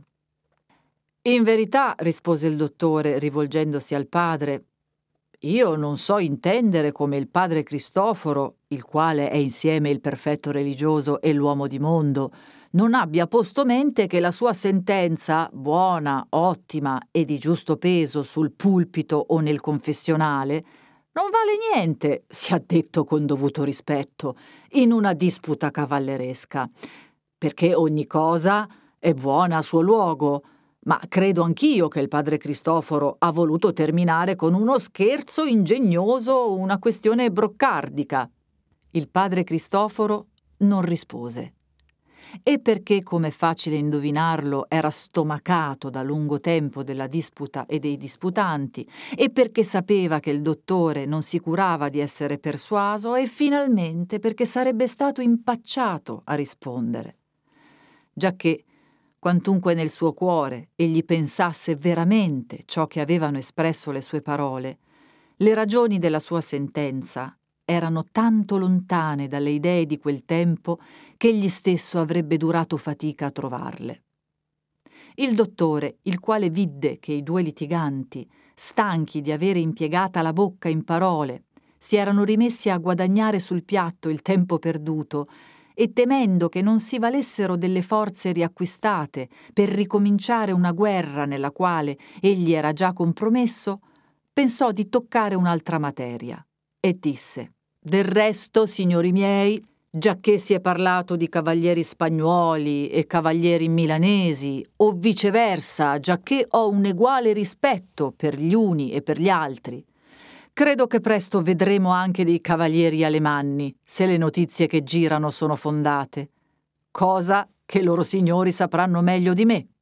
«In verità», rispose il dottore, rivolgendosi al padre, «io non so intendere come il padre Cristoforo, il quale è insieme il perfetto religioso e l'uomo di mondo, non abbia posto mente che la sua sentenza, buona, ottima e di giusto peso sul pulpito o nel confessionale, non vale niente, sia detto con dovuto rispetto, in una disputa cavalleresca, perché ogni cosa è buona a suo luogo, ma credo anch'io che il padre Cristoforo ha voluto terminare con uno scherzo ingegnoso, una questione broccardica». Il padre Cristoforo non rispose. E perché, come è facile indovinarlo, era stomacato da lungo tempo della disputa e dei disputanti, e perché sapeva che il dottore non si curava di essere persuaso, e finalmente perché sarebbe stato impacciato a rispondere. Giacché, quantunque nel suo cuore egli pensasse veramente ciò che avevano espresso le sue parole, le ragioni della sua sentenza erano tanto lontane dalle idee di quel tempo che egli stesso avrebbe durato fatica a trovarle. Il dottore, il quale vidde che i due litiganti, stanchi di avere impiegata la bocca in parole, si erano rimessi a guadagnare sul piatto il tempo perduto e temendo che non si valessero delle forze riacquistate per ricominciare una guerra nella quale egli era già compromesso, pensò di toccare un'altra materia e disse: «Del resto, signori miei, giacché si è parlato di cavalieri spagnuoli e cavalieri milanesi, o viceversa, giacché ho un eguale rispetto per gli uni e per gli altri, credo che presto vedremo anche dei cavalieri alemanni, se le notizie che girano sono fondate, cosa che loro signori sapranno meglio di me».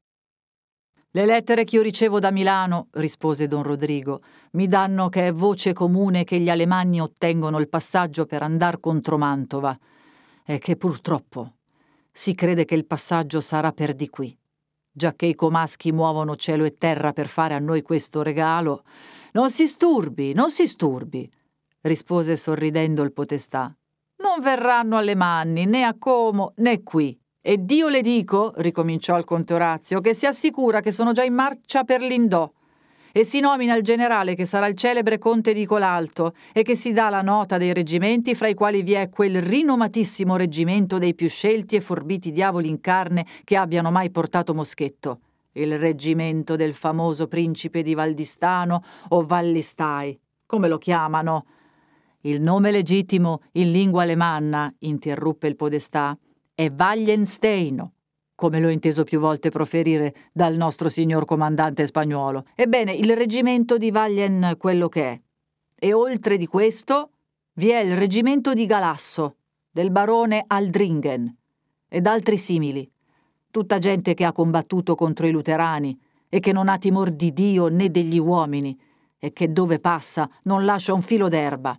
«Le lettere che io ricevo da Milano», rispose don Rodrigo, «mi danno che è voce comune che gli alemanni ottengono il passaggio per andar contro Mantova e che purtroppo si crede che il passaggio sarà per di qui. Giacché i comaschi muovono cielo e terra per fare a noi questo regalo, non si sturbi, non si sturbi», rispose sorridendo il podestà. «Non verranno alemanni né a Como né qui. E Dio le dico», ricominciò il conte Orazio, «che si assicura che sono già in marcia per l'Indò e si nomina il generale che sarà il celebre conte di Colalto e che si dà la nota dei reggimenti fra i quali vi è quel rinomatissimo reggimento dei più scelti e forbiti diavoli in carne che abbiano mai portato moschetto, il reggimento del famoso principe di Valdistano o Vallistai, come lo chiamano». «Il nome legittimo in lingua alemanna», interruppe il podestà, «è Wallensteino, come l'ho inteso più volte proferire dal nostro signor comandante spagnuolo. Ebbene, il reggimento di Wallen quello che è. E oltre di questo vi è il reggimento di Galasso, del barone Aldringen, ed altri simili. Tutta gente che ha combattuto contro i luterani e che non ha timor di Dio né degli uomini e che dove passa non lascia un filo d'erba».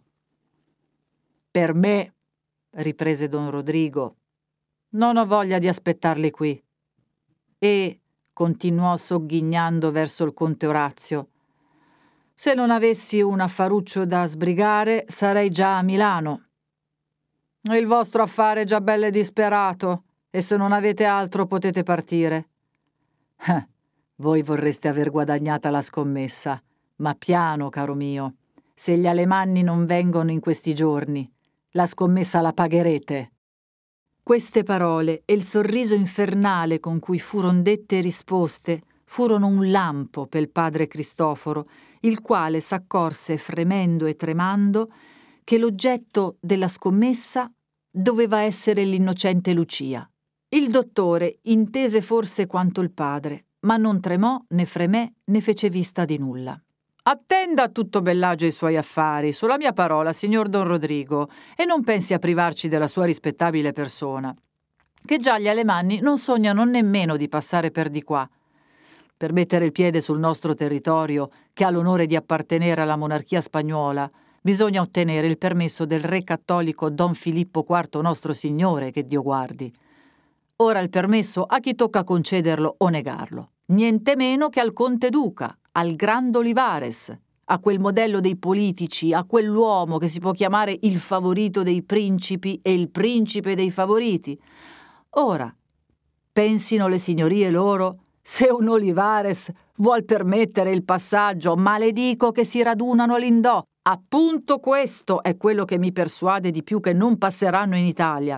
«Per me», riprese don Rodrigo, «non ho voglia di aspettarli qui». E continuò sogghignando verso il conte Orazio: «se non avessi un affaruccio da sbrigare, sarei già a Milano». «Il vostro affare è già belle disperato, e se non avete altro potete partire». «Eh, voi vorreste aver guadagnata la scommessa, ma piano, caro mio, se gli alemanni non vengono in questi giorni, La scommessa la pagherete». Queste parole e il sorriso infernale con cui furono dette e risposte furono un lampo per padre Cristoforo, il quale s'accorse, fremendo e tremando, che l'oggetto della scommessa doveva essere l'innocente Lucia. Il dottore intese forse quanto il padre, ma non tremò, né fremé, né fece vista di nulla. «Attenda a tutto bellagio i suoi affari, sulla mia parola, signor Don Rodrigo, e non pensi a privarci della sua rispettabile persona, che già gli alemanni non sognano nemmeno di passare per di qua. Per mettere il piede sul nostro territorio, che ha l'onore di appartenere alla monarchia spagnola, bisogna ottenere il permesso del re cattolico Don Filippo quarto nostro signore, che Dio guardi. Ora il permesso a chi tocca concederlo o negarlo, niente meno che al conte duca, al Grande Olivares, a quel modello dei politici, a quell'uomo che si può chiamare il favorito dei principi e il principe dei favoriti. Ora, pensino le signorie loro, se un Olivares vuol permettere il passaggio, maledico che si radunano all'Indò. Appunto questo è quello che mi persuade di più che non passeranno in Italia.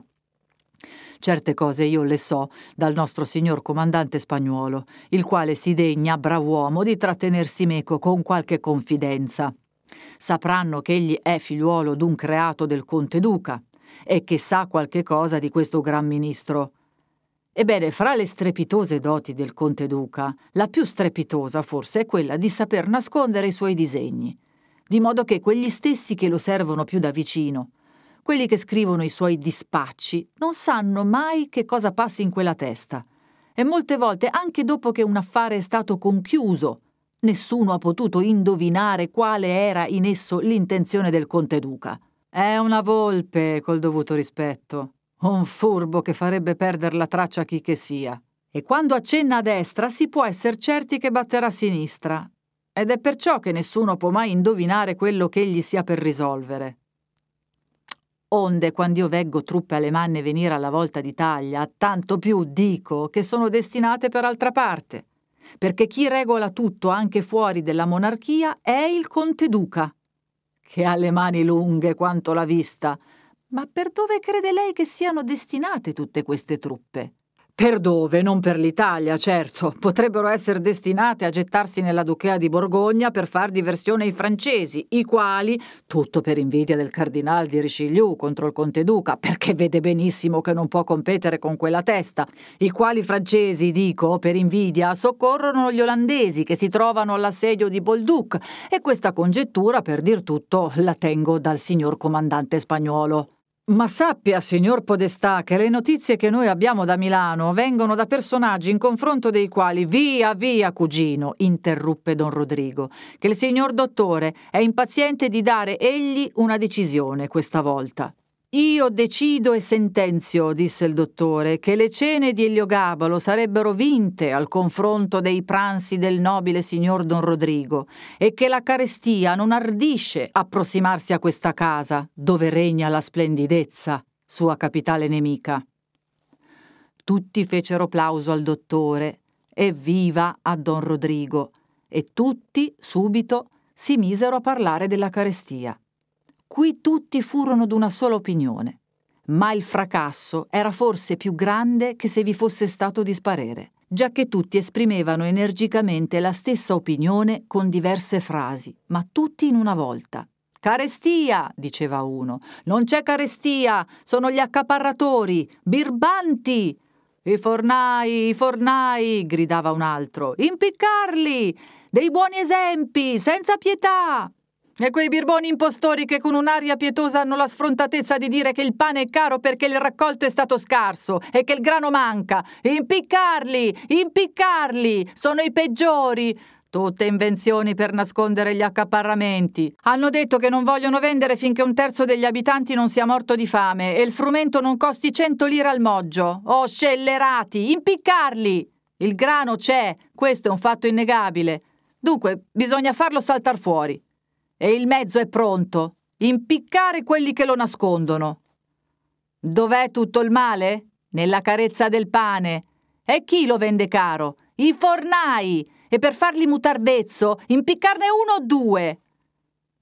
Certe cose io le so dal nostro signor comandante spagnuolo, il quale si degna, brav'uomo, di trattenersi meco con qualche confidenza. Sapranno che egli è figliuolo d'un creato del conte duca e che sa qualche cosa di questo gran ministro. Ebbene, fra le strepitose doti del conte duca, la più strepitosa forse è quella di saper nascondere i suoi disegni, di modo che quegli stessi che lo servono più da vicino, quelli che scrivono i suoi dispacci, non sanno mai che cosa passi in quella testa, e molte volte, anche dopo che un affare è stato conchiuso, nessuno ha potuto indovinare quale era in esso l'intenzione del conte duca. È una volpe, col dovuto rispetto, un furbo che farebbe perdere la traccia a chi che sia. E quando accenna a destra si può essere certi che batterà a sinistra, ed è perciò che nessuno può mai indovinare quello che egli sia per risolvere. Onde, quando io veggo truppe alemanne venire alla volta d'Italia, tanto più dico che sono destinate per altra parte, perché chi regola tutto anche fuori della monarchia è il conte duca, che ha le mani lunghe quanto la vista. Ma per dove crede lei che siano destinate tutte queste truppe? Per dove? Non per l'Italia, certo. Potrebbero essere destinate a gettarsi nella Duchea di Borgogna per far diversione ai francesi, i quali, tutto per invidia del cardinal di Richelieu contro il conte duca, perché vede benissimo che non può competere con quella testa, i quali francesi, dico, per invidia, soccorrono gli olandesi che si trovano all'assedio di Bolduc, e questa congettura, per dir tutto, la tengo dal signor comandante spagnuolo. Ma sappia, signor Podestà, che le notizie che noi abbiamo da Milano vengono da personaggi in confronto dei quali, via, via, cugino, interruppe Don Rodrigo, che il signor dottore è impaziente di dare egli una decisione questa volta. Io decido e sentenzio, disse il dottore, che le cene di Eliogabalo sarebbero vinte al confronto dei pranzi del nobile signor Don Rodrigo e che la carestia non ardisce approssimarsi a questa casa dove regna la splendidezza, sua capitale nemica. Tutti fecero plauso al dottore e viva a Don Rodrigo, e tutti subito si misero a parlare della carestia. Qui tutti furono d'una sola opinione, ma il fracasso era forse più grande che se vi fosse stato disparere, giacché tutti esprimevano energicamente la stessa opinione con diverse frasi, ma tutti in una volta. «Carestia!» diceva uno. «Non c'è carestia! Sono gli accaparratori! Birbanti!» «I fornai, i fornai!» gridava un altro. «Impiccarli! Dei buoni esempi, senza pietà!» E quei birboni impostori che con un'aria pietosa hanno la sfrontatezza di dire che il pane è caro perché il raccolto è stato scarso e che il grano manca. Impiccarli! Impiccarli! Sono i peggiori! Tutte invenzioni per nascondere gli accaparramenti. Hanno detto che non vogliono vendere finché un terzo degli abitanti non sia morto di fame e il frumento non costi cento lire al moggio. Oh, scellerati! Impiccarli! Il grano c'è, questo è un fatto innegabile. Dunque, bisogna farlo saltar fuori. E il mezzo è pronto, impiccare quelli che lo nascondono. Dov'è tutto il male? Nella carezza del pane. E chi lo vende caro? I fornai. E per farli mutar vezzo, impiccarne uno o due.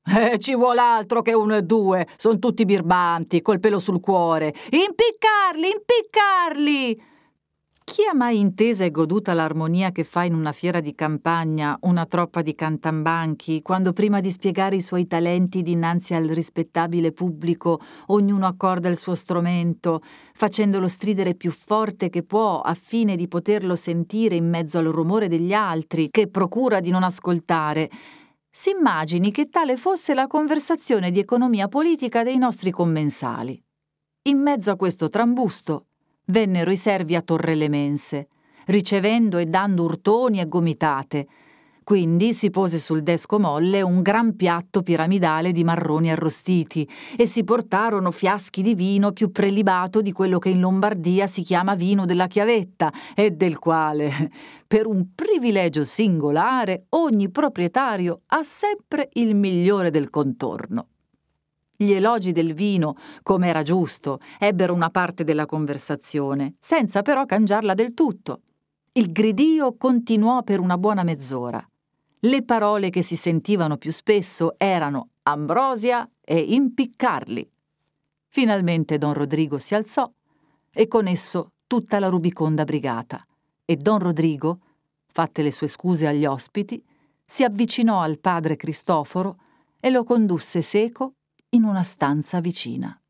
Eh, ci vuole altro che uno e due, son tutti birbanti, col pelo sul cuore. Impiccarli, impiccarli! Chi ha mai intesa e goduta l'armonia che fa in una fiera di campagna una troppa di cantambanchi, quando prima di spiegare i suoi talenti dinanzi al rispettabile pubblico ognuno accorda il suo strumento, facendolo stridere più forte che può a fine di poterlo sentire in mezzo al rumore degli altri, che procura di non ascoltare? Si immagini che tale fosse la conversazione di economia politica dei nostri commensali. In mezzo a questo trambusto vennero i servi a torre le mense, ricevendo e dando urtoni e gomitate. Quindi si pose sul desco molle un gran piatto piramidale di marroni arrostiti e si portarono fiaschi di vino più prelibato di quello che in Lombardia si chiama vino della chiavetta e del quale, per un privilegio singolare, ogni proprietario ha sempre il migliore del contorno. Gli elogi del vino, come era giusto, ebbero una parte della conversazione, senza però cangiarla del tutto. Il gridio continuò per una buona mezz'ora. Le parole che si sentivano più spesso erano ambrosia e impiccarli. Finalmente don Rodrigo si alzò e con esso tutta la rubiconda brigata, e don Rodrigo, fatte le sue scuse agli ospiti, si avvicinò al padre Cristoforo e lo condusse seco in una stanza vicina.